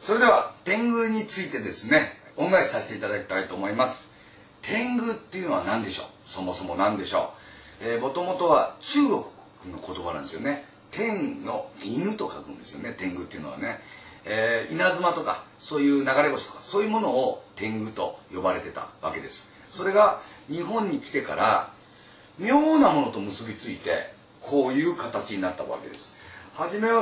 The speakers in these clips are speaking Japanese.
それでは天狗についてですね、恩返しさせていただきたいと思います。天狗っていうのは何でしょう。そもそも何でしょう。もともとは中国の言葉なんですよね。天の犬と書くんですよね、天狗っていうのはね。稲妻とかそういう流れ星とかそういうものを天狗と呼ばれてたわけです。それが日本に来てから妙なものと結びついてこういう形になったわけです。初めは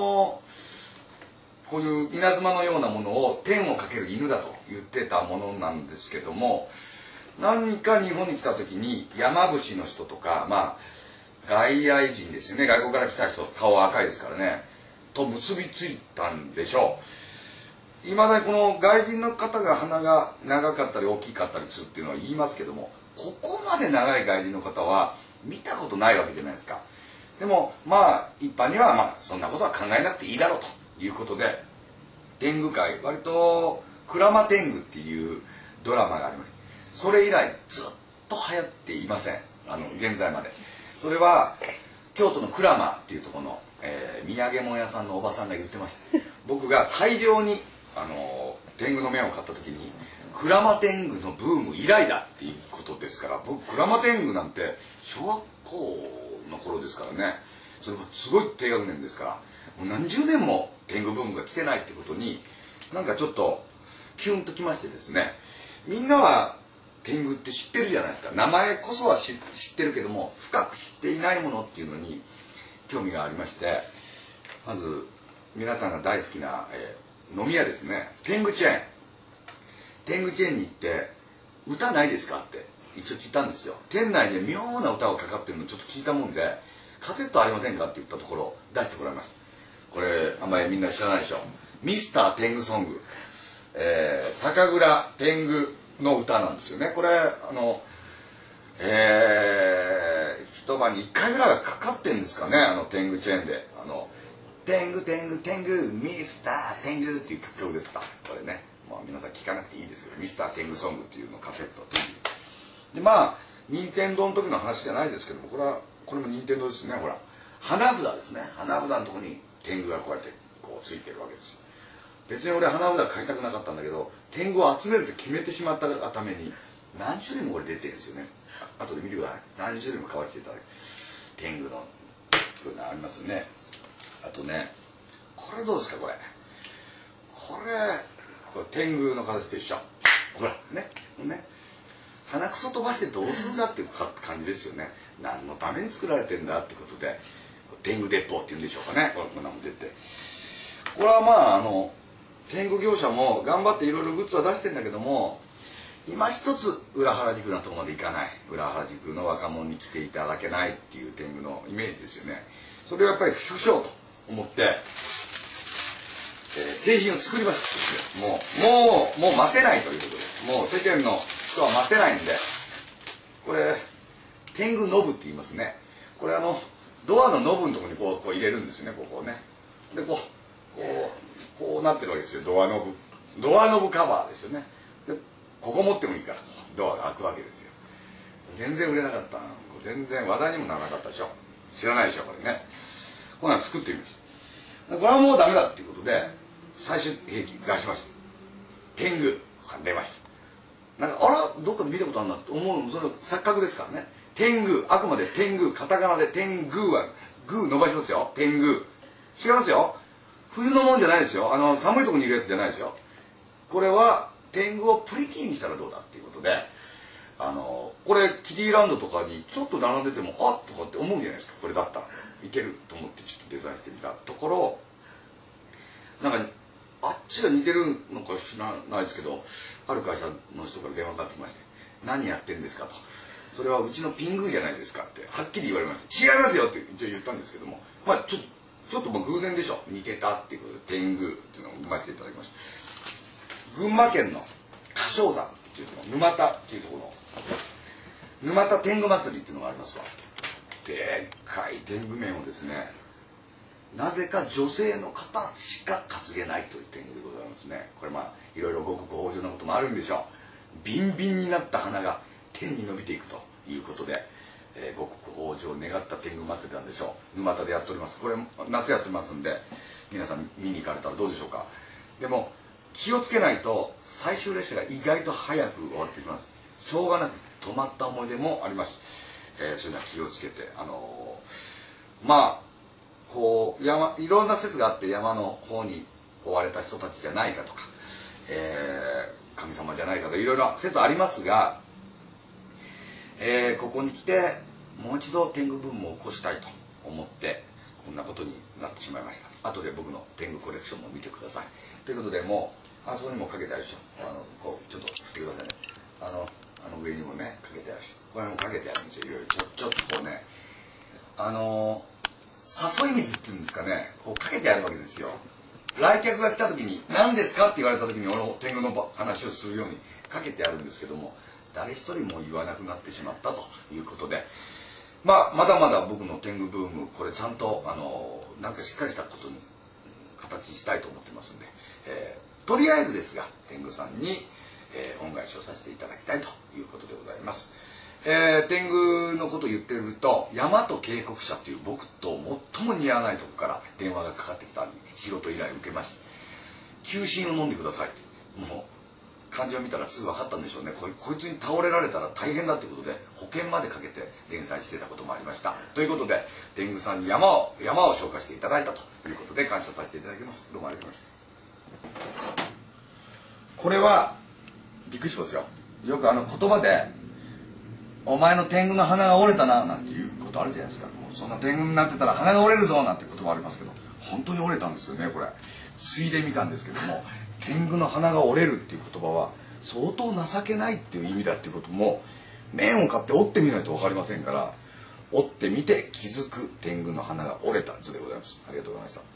こういう稲妻のようなものを天をかける犬だと言ってたものなんですけども、何か日本に来た時に山伏の人とか、外来人ですよね、外国から来た人、顔赤いですからねと結びついたんでしょう。いまだにこの外人の方が鼻が長かったり大きかったりするっていうのは言いますけども、ここまで長い外人の方は見たことないわけじゃないですか。でも一般にはそんなことは考えなくていいだろうということで、天狗界、割と鞍馬天狗っていうドラマがあります。それ以来ずっと流行っていません、現在まで。それは京都の鞍馬っていうところの、土産物屋さんのおばさんが言ってました。僕が大量に天狗の面を買った時に、鞍馬天狗のブーム以来だっていうことですから、僕鞍馬天狗なんて小学校の頃ですからね。それもすごい低学年ですから、もう何十年も天狗ブームが来てないってことになんかちょっとキュンときましてですね。みんなは天狗って知ってるじゃないですか。名前こそは知ってるけども、深く知っていないものっていうのに興味がありまして、まず皆さんが大好きな、飲み屋ですね、天狗チェーン。天狗チェーンに行って「歌ないですか?」って一応聞いたんですよ。店内で妙な歌をかかってるのをちょっと聞いたもんで「カセットありませんか?」って言ったところ出してこられました。これあんまりみんな知らないでしょ。ミスター天狗ソング、酒蔵天狗の歌なんですよね。これ一晩に1回ぐらいはかかってんですかね、天狗チェーンで。天狗天狗天狗ミスター天狗っていう曲ですか、これね。皆さん聞かなくていいですけど、ミスター天狗ソングっていうのをカセットという。で任天堂の時の話じゃないですけども、これも任天堂ですね。ほら花札ですね。花札のところに天狗がこうやってついてるわけですよ。別に俺花札買いたくなかったんだけど、天狗を集めると決めてしまったがために何種類もこれ出てるんですよね。後で見てください。何種類も買わせていただく天狗のこういうのありますよね。あとね、これどうですか、これ天狗の形でしょ。ほらね鼻くそ飛ばしてどうすんだっていう感じですよね。何のために作られてんだってことで、天狗鉄砲っていうんでしょうかね。こんなもん出て、これは天狗業者も頑張っていろいろグッズは出してんだけども、今一つ裏原宿のところまで行かない、裏原宿の若者に来ていただけないっていう天狗のイメージですよね。それをやっぱり不しようと思って、製品を作りました。もう待てないということで、もう世間の人は待てないんで、これ天狗ノブって言いますね。これドアのノブのところにこう入れるんですよね。ここね。でこうなってるわけですよ。ドアノブカバーですよね。でここ持ってもいいからドアが開くわけですよ。全然売れなかった。全然話題にもならなかったでしょ。知らないでしょ、これね。こんなの作ってみました。これはもうダメだっていうことで最終兵器出しました。天狗出ました。なんかどっかで見たことあるなと思うの、それ錯覚ですからね。天狗、あくまで天狗、カタカナで天狗はグー伸ばしますよ。天狗違いますよ。冬のもんじゃないですよ。寒いとこにいるやつじゃないですよ。これは天狗をプリキュアにしたらどうだっていうことで、これキティランドとかにちょっと並んでてもあっとかって思うじゃないですか。これだったらいけると思ってちょっとデザインしてみたところ、なんかあっちが似てるのか知らないですけど、ある会社の人から電話かかってきまして「何やってんですか?」と「それはうちのピングーじゃないですか」ってはっきり言われました。違いますよって一応言ったんですけども、ちょっと偶然でしょ。似てたっていうことで天狗っていうのを生ませていただきました。群馬県の花生山っていうところ、沼田っていうところの沼田天狗祭りっていうのがありますわ。でっかい天狗面をですね、なぜか女性の方しか担げないという天狗でございますね。これいろいろ五穀豊穣なこともあるんでしょう。ビンビンになった花が天に伸びていくということで、五穀豊穣を願った天狗祭りなんでしょう。沼田でやっております。これ夏やってますんで、皆さん見に行かれたらどうでしょうか。 でも気をつけないと最終列車が意外と早く終わってしまいます。しょうがなく止まった思い出もあります。そういうのは気をつけて、まあこういろんな説があって、山の方に追われた人たちじゃないかとか、神様じゃないかとかいろいろ説ありますが、ここに来てもう一度天狗ブームを起こしたいと思ってこんなことになってしまいました。後で僕の天狗コレクションも見てください。ということで、もうあそこにもかけてあるでしょ。こうちょっと振ってくださいね。あの上にもねかけてあるし、これもかけてあるんですよ。いろいろちょっとこうね、誘い水っていうんですかね、こうかけてあるわけですよ。来客が来た時に何ですかって言われた時に俺の天狗の話をするようにかけてあるんですけども、誰一人も言わなくなってしまったということで、まだまだ僕の天狗ブーム、これちゃんとなんかしっかりしたことに形にしたいと思ってますんで、とりあえずですが天狗さんに、恩返しをさせていただきたいということでございます。天狗のことを言ってると、大和警告者という僕と最も似合わないところから電話がかかってきたんで仕事依頼を受けまして、休診を飲んでくださいって、もう漢字を見たらすぐ分かったんでしょうね。こいつに倒れられたら大変だってことで保険までかけて連載してたこともありました。ということで天狗さんに山を紹介していただいたということで感謝させていただきます。どうもありがとうございます。これはびっくりしますよ。よく言葉でお前の天狗の鼻が折れたななんていうことあるじゃないですか。もうそんな天狗になってたら鼻が折れるぞなんて言葉ありますけど、本当に折れたんですよね。これついで見たんですけども、天狗の鼻が折れるっていう言葉は相当情けないっていう意味だっていうことも、面を買って折ってみないと分かりませんから、折ってみて気づく天狗の鼻が折れた図でございます。ありがとうございました。